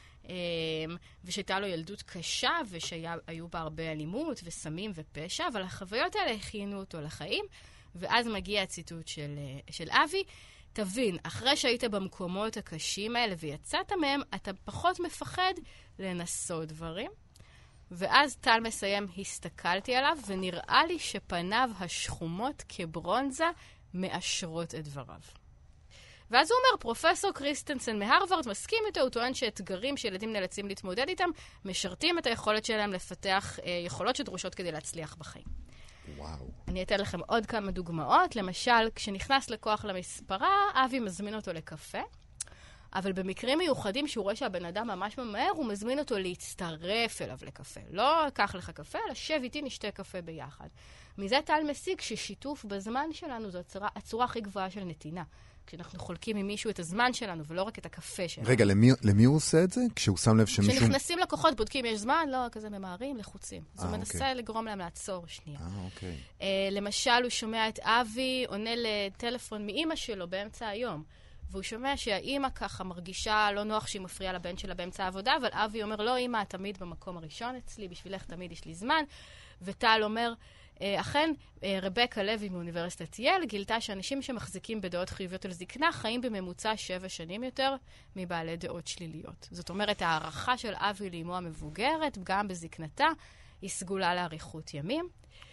ושהייתה לו ילדות קשה, ושהיו בה הרבה אלימות וסמים ופשע, אבל החוויות האלה הכינו אותו לחיים, ואז מגיע הציטוט של, של אבי, תבין, אחרי שהיית במקומות הקשים האלה ויצאת מהם, אתה פחות מפחד לנסות דברים. ואז טל מסיים, הסתכלתי עליו, ונראה לי שפניו השחומות כברונזה מאשרות את דבריו. ואז הוא אומר, פרופסור קריסטנסן מהרווארד מסכים איתו, הוא טוען שאתגרים שילדים נאלצים להתמודד איתם, משרתים את היכולת שלהם לפתח אה, יכולות שדרושות כדי להצליח בחיים. וואו. אני אתן לכם עוד כמה דוגמאות. למשל, כשנכנס לקוח למספרה, אבי מזמין אותו לקפה, אבל במקרים מיוחדים שהוא רואה שהבן אדם ממש ממהר, הוא מזמין אותו להצטרף אליו לקפה. לא קח לך קפה, אלא שב איתי נשתה קפה ביחד. מזה טל משיג ששיתוף בזמן שלנו זו הצורה, הצורה הכי גבוהה של נתינה. כשאנחנו חולקים עם מישהו את הזמן שלנו, ולא רק את הקפה שלנו. רגע, למי, למי הוא עושה את זה? כשהוא שם לב שמישהו... כשנכנסים לקוחות, בודקים, יש זמן? לא, כזה ממהרים, לחוצים. אז הוא מנסה אוקיי. לגרום להם לעצור שנייה. אה, אוקיי. Uh, למשל, הוא שומע את אבי, עונה לטלפון מאמא שלו באמצע היום, והוא שומע שהאמא ככה מרגישה לא נוח שהיא מפריעה לבן שלה באמצע העבודה, אבל אבי אומר, לא, אמא, את תמיד במקום הראשון אצלי, בשבילך תמיד יש לי זמן. וטל אומר, אכן, רבקה לוי מאוניברסיטת ייל גילתה שאנשים שמחזיקים בדעות חיוביות על זקנה חיים בממוצע שבע שנים יותר מבעלי דעות שליליות. זאת אומרת, הערכה של אבי לאמו המבוגרת, גם בזקנתה, היא סגולה לאריכות ימים.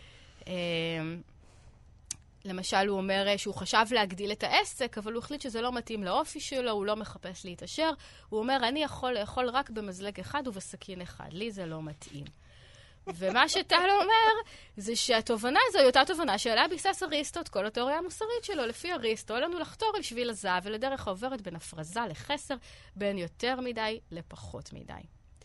למשל, הוא אומר שהוא חשב להגדיל את העסק, אבל הוא החליט שזה לא מתאים לאופי שלו, הוא לא מחפש להתעשר. הוא אומר, אני יכול לאכול רק במזלג אחד ובסכין אחד, לי זה לא מתאים. ומה שטל אומר, זה שהתובנה הזו היא אותה תובנה שעליה ביסס אריסטו את כל התיאוריה המוסרית שלו. לפי אריסטו, לנו לחתור אל שביל הזהב ולדרך העוברת בין הפרזה לחסר, בין יותר מדי לפחות מדי.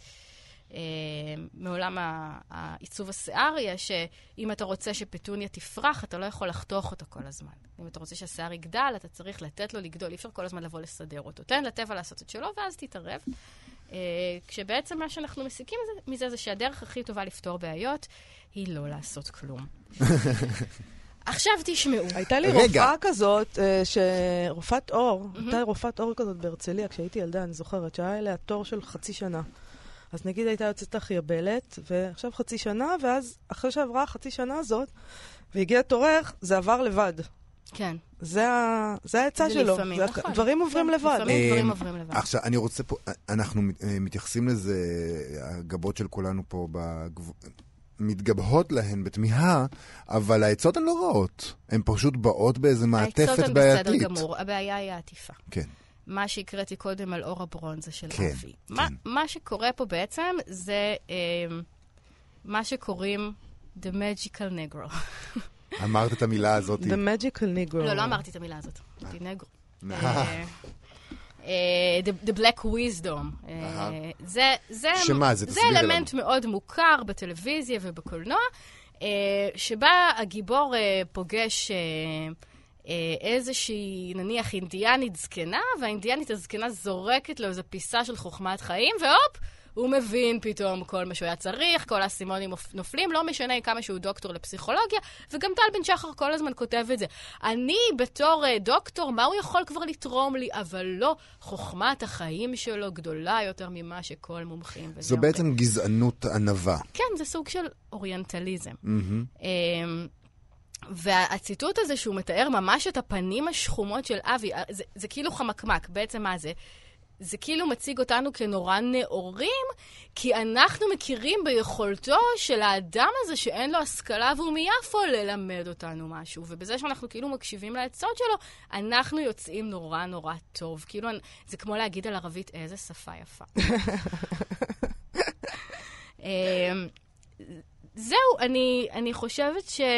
מעולם העיצוב השיער יש שאם אתה רוצה שפטוניה תפרח, אתה לא יכול לחתוך אותה כל הזמן. אם אתה רוצה שהשיער יגדל, אתה צריך לתת לו לגדול, אי אפשר כל הזמן לבוא לסדר אותו. תן לטבע לעשות את שלו, ואז תתערב. כשבעצם מה שאנחנו מסיקים מזה זה שהדרך הכי טובה לפתור בעיות היא לא לעשות כלום. עכשיו תשמעו. הייתה לי רופאה כזאת, רופאת אור, הייתה לי רופאת אור כזאת בהרצליה, כשהייתי ילדה, אני זוכרת, שהיה אליה תור של חצי שנה. אז נגיד הייתה יוצאת אחייבלת, ועכשיו חצי שנה, ואז אחרי שעברה חצי שנה הזאת, והגיע תורך, זה עבר לבד. כן. זה העצה שלו. לפעמים, נכון. דברים עוברים לבד. לפעמים דברים עוברים לבד. עכשיו, אני רוצה פה, אנחנו מתייחסים לזה, הגבות של כולנו פה, מתגבהות להן בתמיהה, אבל העצות הן לא רעות. הן פשוט באות באיזה מעטפת בעייתית. העצות הן בסדר גמור, הבעיה היא העטיפה. כן. מה שהקראתי קודם על אור הברונזה של כן, אבי. כן. מה, מה שקורה פה בעצם זה אה, מה שקוראים The Magical Negro. אמרת את המילה הזאת. The Magical Negro. לא, לא אמרתי את המילה הזאת. אמרתי נגרו. The Black Wisdom. זה, זה, שמה, זה זה אלמנט מאוד מוכר בטלוויזיה ובקולנוע, שבה הגיבור פוגש איזושהי, נניח, אינדיאנית זקנה, והאינדיאנית הזקנה זורקת לו איזו פיסה של חוכמת חיים, והופ, הוא מבין פתאום כל מה שהוא היה צריך, כל הסימונים נופלים, לא משנה כמה שהוא דוקטור לפסיכולוגיה, וגם טל בן שחר כל הזמן כותב את זה. אני בתור דוקטור, מה הוא יכול כבר לתרום לי? אבל לא, חוכמת החיים שלו גדולה יותר ממה שכל מומחים. זו בעצם הרבה. גזענות ענבה. כן, זה סוג של אוריינטליזם. Mm-hmm. והציטוט הזה שהוא מתאר ממש את הפנים השחומות של אבי, זה, זה כאילו חמקמק, בעצם מה זה? זה כאילו מציג אותנו כנורא נאורים, כי אנחנו מכירים ביכולתו של האדם הזה שאין לו השכלה והוא מיפו ללמד אותנו משהו. ובזה שאנחנו כאילו מקשיבים לעצות שלו, אנחנו יוצאים נורא נורא טוב. כאילו, זה כמו להגיד על ערבית איזה שפה יפה. זהו, אני, אני חושבת ש...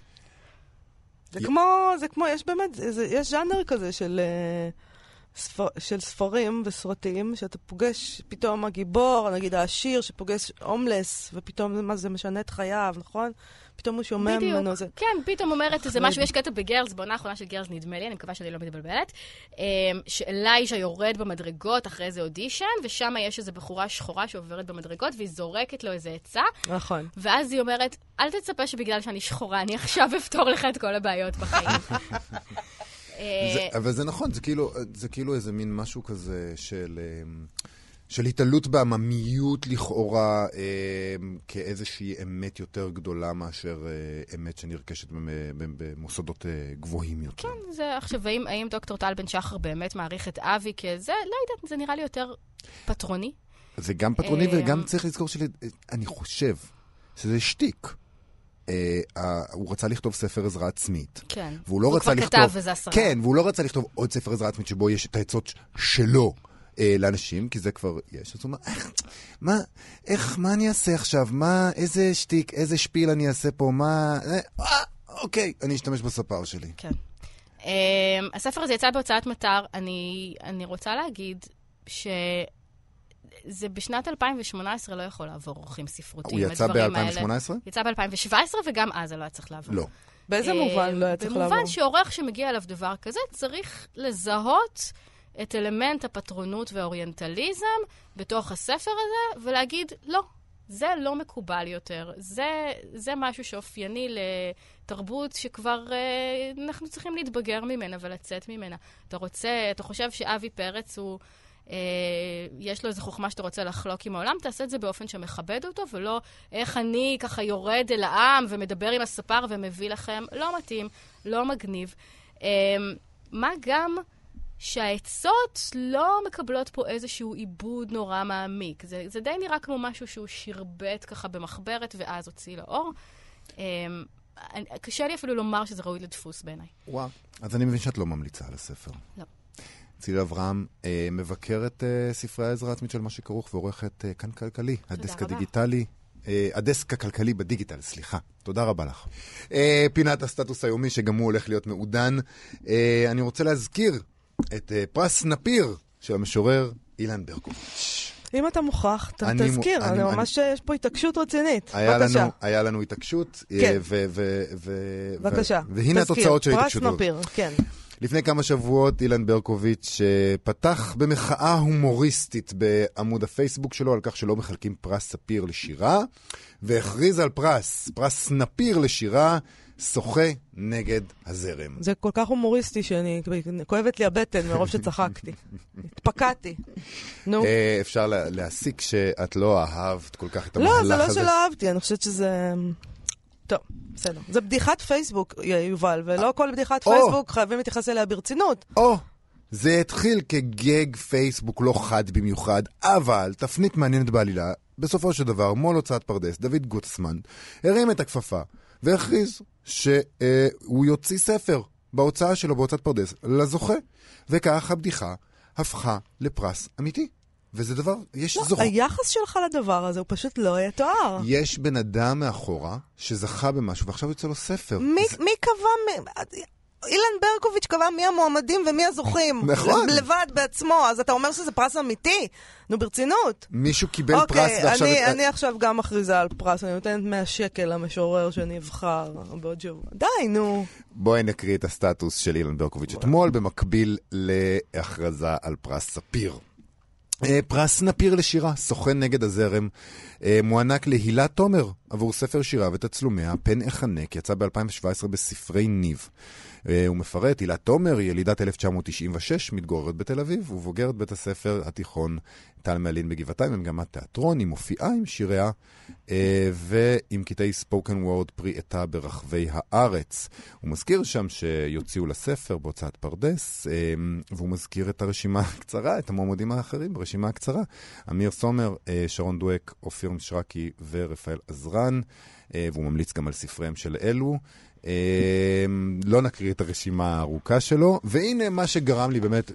זה כמו, זה כמו, יש באמת, זה, יש ז'אנר כזה של... ספר, של ספרים וסרטים, שאתה פוגש פתאום הגיבור, נגיד העשיר שפוגש הומלס, ופתאום מה זה משנה את חייו, נכון? פתאום הוא שומע ממנו זה. כן, פתאום אומרת, זה משהו, יש קטע בגרס, בעונה האחרונה של גרס נדמה לי, אני מקווה שאני לא מתבלבלת, שאלייז'ה יורד במדרגות אחרי איזה אודישן, ושם יש איזו בחורה שחורה שעוברת במדרגות, והיא זורקת לו איזה עצה. נכון. ואז היא אומרת, אל תצפה שבגלל שאני שחורה, אני עכשיו אפתור לך את כל הבעיות בחיים. זה, אבל זה נכון, זה כאילו, זה כאילו איזה מין משהו כזה של, של התעלות בעממיות לכאורה אה, כאיזושהי אמת יותר גדולה מאשר אה, אמת שנרכשת במוסדות אה, גבוהים יותר. כן, זה עכשיו, האם, האם דוקטור טל בן שחר באמת מעריך את אבי כזה? לא יודעת, זה נראה לי יותר פטרוני. זה גם פטרוני וגם צריך לזכור שאני חושב שזה שטיק. Uh, uh, הוא רצה לכתוב ספר עזרה עצמית. כן. והוא לא הוא רצה כבר לכתוב... כתב וזה עשרה. כן, והוא לא רצה לכתוב עוד ספר עזרה עצמית שבו יש את העצות שלו uh, לאנשים, כי זה כבר יש. אז הוא אומר, איך, מה, איך, מה אני אעשה עכשיו? מה, איזה שטיק, איזה שפיל אני אעשה פה? מה... אה, אוקיי, אני אשתמש בספר שלי. כן. Um, הספר הזה יצא בהוצאת מטר. אני, אני רוצה להגיד ש... זה בשנת אלפיים שמונה עשרה לא יכול לעבור אורחים ספרותיים. הוא יצא ב-אלפיים שמונה עשרה? יצא ב-אלפיים שבע עשרה, וגם אז זה לא היה צריך לעבור. לא. באיזה מובן לא היה צריך לעבור? במובן שאורח שמגיע אליו דבר כזה, צריך לזהות את אלמנט הפטרונות והאוריינטליזם בתוך הספר הזה, ולהגיד, לא, זה לא מקובל יותר. זה, זה משהו שאופייני לתרבות שכבר אה, אנחנו צריכים להתבגר ממנה ולצאת ממנה. אתה רוצה, אתה חושב שאבי פרץ הוא... Uh, יש לו איזו חוכמה שאתה רוצה לחלוק עם העולם, תעשה את זה באופן שמכבד אותו, ולא איך אני ככה יורד אל העם ומדבר עם הספר ומביא לכם. לא מתאים, לא מגניב. Uh, מה גם שהעצות לא מקבלות פה איזשהו עיבוד נורא מעמיק. זה, זה די נראה כמו משהו שהוא שרבט ככה במחברת ואז הוציא לאור. Uh, קשה לי אפילו לומר שזה ראוי לדפוס בעיניי. וואו, אז אני מבין שאת לא ממליצה על הספר. לא. צילה אברהם אה, מבקרת אה, ספרי העזרה העצמית של מה שכרוך ועורכת אה, כאן כלכלי, הדסק רבה. הדיגיטלי, אה, הדסק הכלכלי בדיגיטל, סליחה. תודה רבה לך. אה, פינת הסטטוס היומי שגם הוא הולך להיות מעודן. אה, אני רוצה להזכיר את אה, פרס נפיר של המשורר אילן ברקוביץ'. אם אתה מוכרח, אתה תזכיר, אני, אני ממש אני... יש פה התעקשות רצינית. היה בבקשה. לנו, היה לנו התעקשות. כן. ו- ו- ו- בבקשה. ו- והנה תזכיר, התוצאות של התעקשות. פרס נפיר, כן. לפני כמה שבועות אילן ברקוביץ' פתח במחאה הומוריסטית בעמוד הפייסבוק שלו על כך שלא מחלקים פרס ספיר לשירה, והכריז על פרס, פרס נפיר לשירה, שוחה נגד הזרם. זה כל כך הומוריסטי שאני, כואבת לי הבטן מרוב שצחקתי. התפקעתי. נו. אפשר להסיק שאת לא אהבת כל כך את המהלך הזה. לא, זה לא שלא אהבתי, אני חושבת שזה... טוב, בסדר. זה בדיחת פייסבוק, יובל, ולא כל בדיחת פייסבוק חייבים להתייחס אליה ברצינות. או, זה התחיל כגג פייסבוק לא חד במיוחד, אבל תפנית מעניינת בעלילה, בסופו של דבר, מול הוצאת פרדס, דוד גוטסמן, הרים את הכפפה, והכריז שהוא יוציא ספר בהוצאה שלו בהוצאת פרדס לזוכה, וכך הבדיחה הפכה לפרס אמיתי. וזה דבר, יש לא, זוכה. היחס שלך לדבר הזה הוא פשוט לא היה תואר. יש בן אדם מאחורה שזכה במשהו, ועכשיו יוצא לו ספר. מי, זה... מי קבע, מ... אילן ברקוביץ' קבע מי המועמדים ומי הזוכים. נכון. לבד בעצמו, אז אתה אומר שזה פרס אמיתי? נו, ברצינות. מישהו קיבל אוקיי, פרס ועכשיו... אני, אני עכשיו גם מכריזה על פרס, אני נותנת מאה שקל למשורר שנבחר בעוד שבוע. די, נו. בואי נקריא את הסטטוס של אילן ברקוביץ' אתמול, במקביל להכרזה על פרס ספיר. פרס נפיר לשירה, סוכן נגד הזרם, מוענק להילה תומר עבור ספר שירה ותצלומיה, פן החנק, יצא ב-אלפיים שבע עשרה בספרי ניב. הוא מפרט, הילה תומר, ילידת אלף תשע מאות תשעים ושש, מתגוררת בתל אביב, ובוגרת בית הספר התיכון טל מעלין בגבעתיים, במגמת תיאטרון, היא מופיעה עם שיריה, ועם קטעי ספוקן וורד פרי עטה ברחבי הארץ. הוא מזכיר שם שיוציאו לספר בהוצאת פרדס, והוא מזכיר את הרשימה הקצרה, את המועמדים האחרים ברשימה הקצרה. אמיר סומר, שרון דואק, אופיר משרקי ורפאל עזרן, והוא ממליץ גם על ספריהם של אלו. לא נקריא את הרשימה הארוכה שלו, והנה מה שגרם לי באמת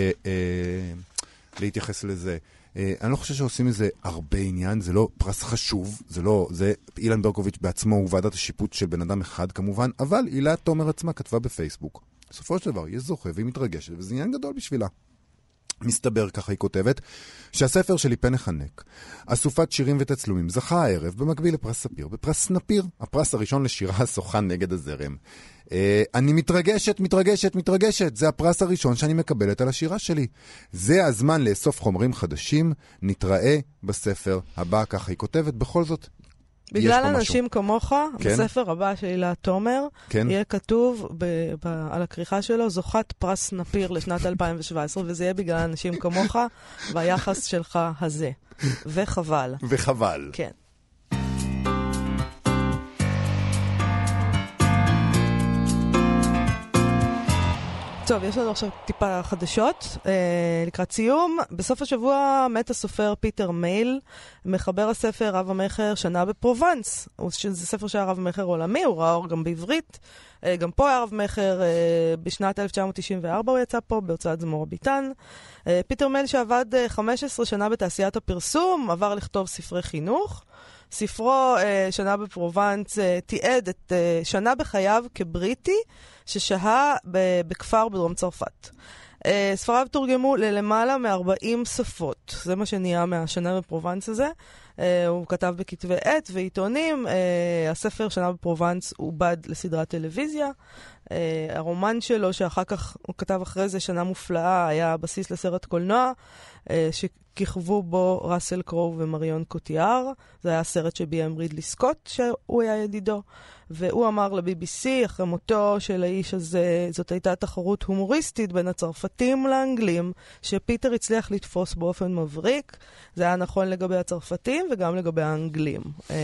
להתייחס לזה. אני לא חושב שעושים איזה הרבה עניין, זה לא פרס חשוב, זה לא, זה אילן ברקוביץ' בעצמו הוא ועדת השיפוט של בן אדם אחד כמובן, אבל הילה תומר עצמה כתבה בפייסבוק. בסופו של דבר, יש זוכה והיא מתרגשת, וזה עניין גדול בשבילה. מסתבר, ככה היא כותבת, שהספר שלי פן החנק, אסופת שירים ותצלומים, זכה הערב במקביל לפרס ספיר, בפרס נפיר, הפרס הראשון לשירה הסוכן נגד הזרם. אה, אני מתרגשת, מתרגשת, מתרגשת, זה הפרס הראשון שאני מקבלת על השירה שלי. זה הזמן לאסוף חומרים חדשים, נתראה בספר הבא, ככה היא כותבת, בכל זאת. בגלל אנשים כמוך, כן? בספר הבא של הילה תומר, כן? יהיה כתוב ב- ב- על הכריכה שלו, זוכת פרס נפיר לשנת אלפיים שבע עשרה, וזה יהיה בגלל אנשים כמוך, והיחס שלך הזה. וחבל. וחבל. כן. טוב, יש לנו עכשיו טיפה חדשות. אה, לקראת סיום, בסוף השבוע מת הסופר פיטר מייל, מחבר הספר רב המחר שנה בפרובנס. זה ספר שהיה רב המחר עולמי, הוא ראה אור גם בעברית. אה, גם פה היה רב המחר, אה, בשנת אלף תשע מאות תשעים וארבע הוא יצא פה, בהוצאת זמור הביטן. אה, פיטר מייל שעבד אה, חמש עשרה שנה בתעשיית הפרסום, עבר לכתוב ספרי חינוך. ספרו אה, שנה בפרובנס אה, תיעד את אה, שנה בחייו כבריטי ששהה ב- בכפר בדרום צרפת. אה, ספריו תורגמו ללמעלה מ-ארבעים שפות. זה מה שנהיה מהשנה בפרובנס הזה. אה, הוא כתב בכתבי עת ועיתונים. אה, הספר שנה בפרובנס עובד לסדרת טלוויזיה. אה, הרומן שלו שאחר כך הוא כתב אחרי זה שנה מופלאה היה בסיס לסרט קולנוע אה, שכיכבו בו ראסל קרוב ומריון קוטיאר. זה היה סרט שביים רידלי סקוט שהוא היה ידידו. והוא אמר ל-בי בי סי, אחרי מותו של האיש הזה, זאת הייתה תחרות הומוריסטית בין הצרפתים לאנגלים, שפיטר הצליח לתפוס באופן מבריק. זה היה נכון לגבי הצרפתים וגם לגבי האנגלים.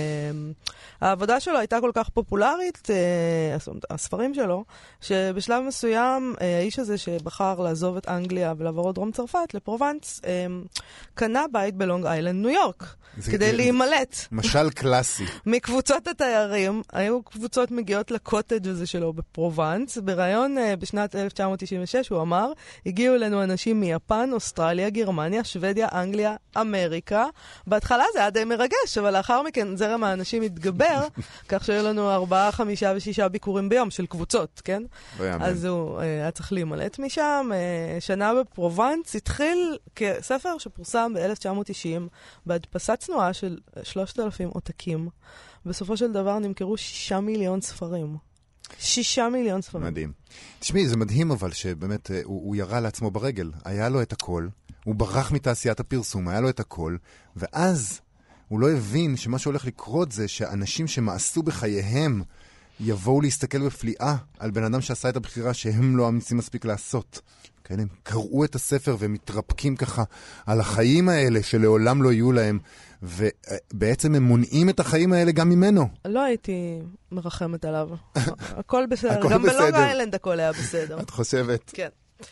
העבודה שלו הייתה כל כך פופולרית, הספרים שלו, שבשלב מסוים, האיש הזה שבחר לעזוב את אנגליה ולעבור את דרום צרפת, לפרובנס, קנה בית בלונג איילנד, ניו יורק, כדי להימלט. משל קלאסי. מקבוצות התיירים, היו קבוצות מגיעות לקוטג' הזה שלו בפרובנס. ברעיון uh, בשנת אלף תשע מאות תשעים ושש הוא אמר, הגיעו אלינו אנשים מיפן, אוסטרליה, גרמניה, שוודיה, אנגליה, אמריקה. בהתחלה זה היה די מרגש, אבל לאחר מכן זרם האנשים התגבר, כך שהיו לנו ארבעה, חמישה ושישה ביקורים ביום של קבוצות, כן? אז הוא uh, היה צריך להימלט משם. Uh, שנה בפרובנס התחיל כספר שפורסם ב-אלף תשע מאות תשעים בהדפסת צנועה של שלושת אלפים עותקים. בסופו של דבר נמכרו שישה מיליון ספרים. שישה מיליון ספרים. מדהים. תשמעי, זה מדהים אבל שבאמת הוא, הוא ירה לעצמו ברגל. היה לו את הכל, הוא ברח מתעשיית הפרסום, היה לו את הכל, ואז הוא לא הבין שמה שהולך לקרות זה שאנשים שמעשו בחייהם יבואו להסתכל בפליאה על בן אדם שעשה את הבחירה שהם לא אמיצים מספיק לעשות. כן, הם קראו את הספר והם מתרפקים ככה על החיים האלה שלעולם לא יהיו להם, ובעצם הם מונעים את החיים האלה גם ממנו. לא הייתי מרחמת עליו. הכל בסדר. גם בלונג איילנד הכל היה בסדר. את חושבת? כן.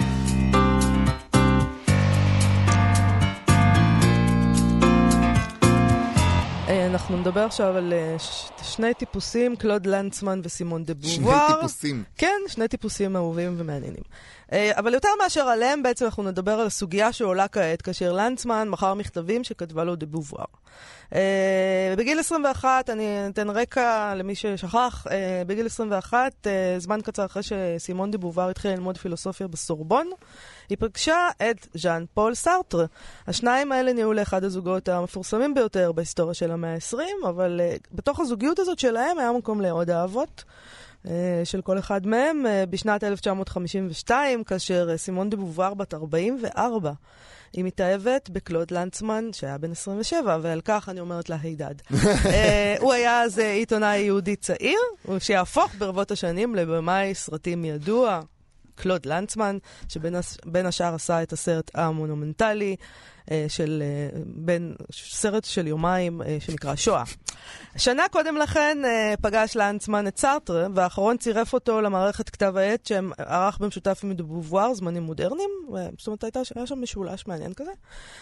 אנחנו נדבר עכשיו על שני טיפוסים, קלוד לנצמן וסימון דה בובואר. שני טיפוסים. כן, שני טיפוסים אהובים ומעניינים. אבל יותר מאשר עליהם, בעצם אנחנו נדבר על הסוגיה שעולה כעת, כאשר לנצמן מכר מכתבים שכתבה לו דה בובואר. בגיל עשרים ואחת, אני אתן רקע למי ששכח, בגיל עשרים ואחת, זמן קצר אחרי שסימון דה בובואר התחיל ללמוד פילוסופיה בסורבון, היא פגשה את ז'אן פול סארטר. השניים האלה נהיו לאחד הזוגות המפורסמים ביותר בהיסטוריה של המאה ה-עשרים, אבל בתוך הזוגיות הזאת שלהם היה מקום לעוד אהבות. של כל אחד מהם. בשנת אלף תשע מאות חמישים ושתיים, כאשר סימון דה בובואר בת ארבעים וארבע, היא מתאהבת בקלוד לנצמן, שהיה בן עשרים ושבע, ועל כך אני אומרת לה הידד. הוא היה אז עיתונאי יהודי צעיר, שיהפוך ברבות השנים לבמאי סרטים ידוע, קלוד לנצמן, שבין השאר עשה את הסרט המונומנטלי, של בין סרט של יומיים שנקרא שואה. שנה קודם לכן פגש לנצמן את סארטרה, והאחרון צירף אותו למערכת כתב העת שהם ערך במשותף עם דה בובואר, זמנים מודרניים, זאת אומרת הייתה, היה שם משולש מעניין כזה.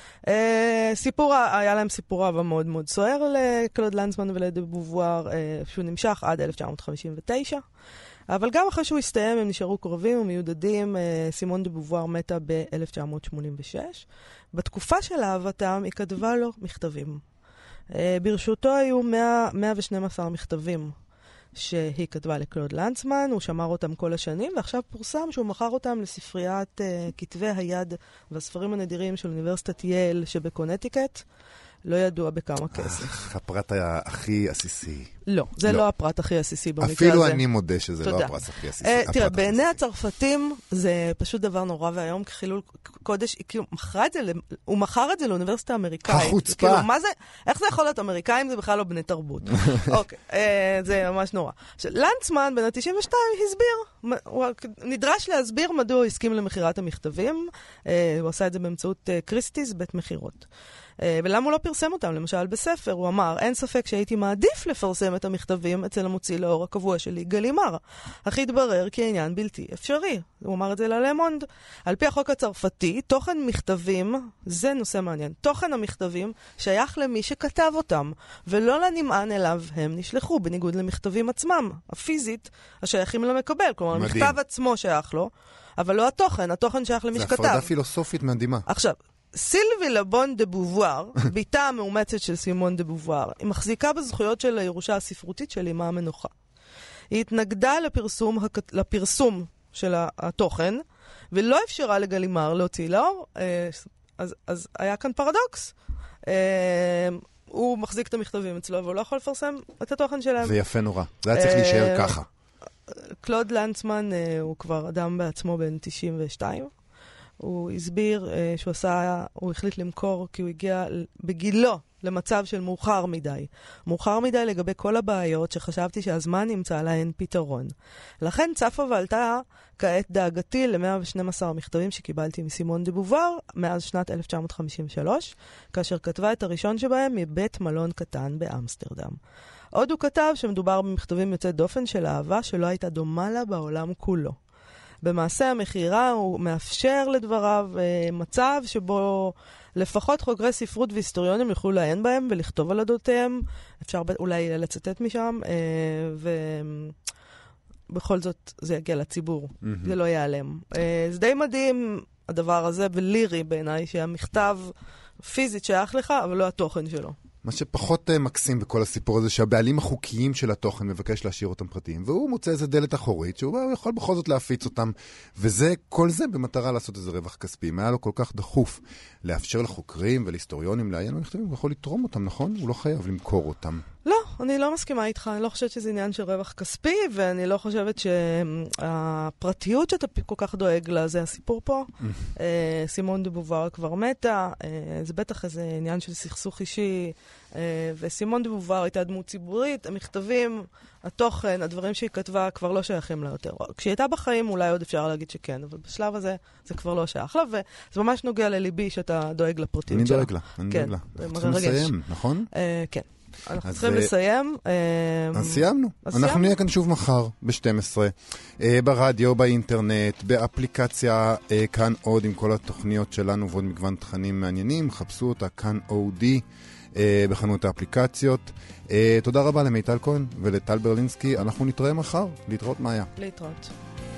סיפור, היה להם סיפור אהבה מאוד מאוד סוער לקלוד לנצמן ולדה בובואר, שהוא נמשך עד אלף תשע מאות חמישים ותשע. אבל גם אחרי שהוא הסתיים, הם נשארו קרובים ומיודדים. סימון דה בובואר מתה ב-אלף תשע מאות שמונים ושש. בתקופה של אהבתם, היא כתבה לו מכתבים. ברשותו היו מאה ושתים עשרה מכתבים שהיא כתבה לקלוד לנצמן, הוא שמר אותם כל השנים, ועכשיו פורסם שהוא מכר אותם לספריית כתבי היד והספרים הנדירים של אוניברסיטת יייל שבקונטיקט. לא ידוע בכמה כסף. הפרט הכי עסיסי. לא, זה לא הפרט הכי עסיסי במקרה הזה. אפילו אני מודה שזה לא הפרט הכי עסיסי. תראה, בעיני הצרפתים זה פשוט דבר נורא והיום כחילול קודש, הוא מכר את זה לאוניברסיטה האמריקאית. החוצפה. איך זה יכול להיות אמריקאים? זה בכלל לא בני תרבות. אוקיי, זה ממש נורא. לנצמן בן ה-תשעים ושתיים הסביר, הוא נדרש להסביר מדוע הוא הסכים למחירת המכתבים, הוא עשה את זה באמצעות קריסטיס, בית מחירות. ולמה הוא לא פרסם אותם? למשל בספר, הוא אמר, אין ספק שהייתי מעדיף לפרסם את המכתבים אצל המוציא לאור הקבוע שלי, גלימר. אך התברר כי העניין בלתי אפשרי. הוא אמר את זה ללמונד. על פי החוק הצרפתי, תוכן מכתבים, זה נושא מעניין, תוכן המכתבים שייך למי שכתב אותם, ולא לנמען אליו הם נשלחו, בניגוד למכתבים עצמם, הפיזית, השייכים למקבל. כלומר, מדהים. המכתב עצמו שייך לו, אבל לא התוכן, התוכן שייך למי שכתב. זה הפרדה פילוסופית מדהימה. עכשיו, סילבי לבון דה בובואר, ביתה המאומצת של סימון דה בובואר, היא מחזיקה בזכויות של הירושה הספרותית של אימה המנוחה. היא התנגדה לפרסום, לפרסום של התוכן, ולא אפשרה לגלימר להוציא לאור, אז, אז היה כאן פרדוקס. הוא מחזיק את המכתבים אצלו, והוא לא יכול לפרסם את התוכן שלהם. זה יפה נורא. זה היה צריך להישאר ככה. קלוד לנצמן הוא כבר אדם בעצמו בן תשעים ושתיים. הוא הסביר uh, שהוא עשה, הוא החליט למכור כי הוא הגיע בגילו למצב של מאוחר מדי. מאוחר מדי לגבי כל הבעיות שחשבתי שהזמן נמצא להן פתרון. לכן צפה ועלתה כעת דאגתי ל-מאה ושתים עשרה מכתבים שקיבלתי מסימון דה בובואר מאז שנת אלף תשע מאות חמישים ושלוש, כאשר כתבה את הראשון שבהם מבית מלון קטן באמסטרדם. עוד הוא כתב שמדובר במכתבים יוצא דופן של אהבה שלא הייתה דומה לה בעולם כולו. במעשה המחירה הוא מאפשר לדבריו אה, מצב שבו לפחות חוקרי ספרות והיסטוריונים יוכלו לעיין בהם ולכתוב על אודותיהם. אפשר אולי לצטט משם, אה, ובכל זאת זה יגיע לציבור. Mm-hmm. זה לא ייעלם. אה, זה די מדהים הדבר הזה, ולירי בעיניי, שהמכתב פיזית שייך לך, אבל לא התוכן שלו. מה שפחות uh, מקסים בכל הסיפור הזה, שהבעלים החוקיים של התוכן מבקש להשאיר אותם פרטיים, והוא מוצא איזה דלת אחורית, שהוא יכול בכל זאת להפיץ אותם, וזה, כל זה במטרה לעשות איזה רווח כספי. אם היה לו כל כך דחוף לאפשר לחוקרים ולהיסטוריונים לעיין במכתבים, הוא יכול לתרום אותם, נכון? הוא לא חייב למכור אותם. לא, אני לא מסכימה איתך, אני לא חושבת שזה עניין של רווח כספי, ואני לא חושבת שהפרטיות שאתה כל כך דואג לה, זה הסיפור פה. סימון דה בובואר כבר מתה, זה בטח איזה עניין של סכסוך אישי, וסימון דה בובואר הייתה דמות ציבורית, המכתבים, התוכן, הדברים שהיא כתבה כבר לא שייכים לה יותר. כשהיא הייתה בחיים אולי עוד אפשר להגיד שכן, אבל בשלב הזה זה כבר לא שייך לה, וזה ממש נוגע לליבי שאתה דואג לפרטיות שלה. אני דואג לה, אני דואג לה. אנחנו צריכים לסיים, נכון? כן. אנחנו צריכים לסיים. אז סיימנו. אנחנו נהיה כאן שוב מחר ב-שתים עשרה, ברדיו, באינטרנט, באפליקציה כאן עוד עם כל התוכניות שלנו ועוד מגוון תכנים מעניינים. חפשו אותה כאן אודי בחנות האפליקציות. תודה רבה למיטל כהן ולטל ברלינסקי. אנחנו נתראה מחר. להתראות מאיה. להתראות.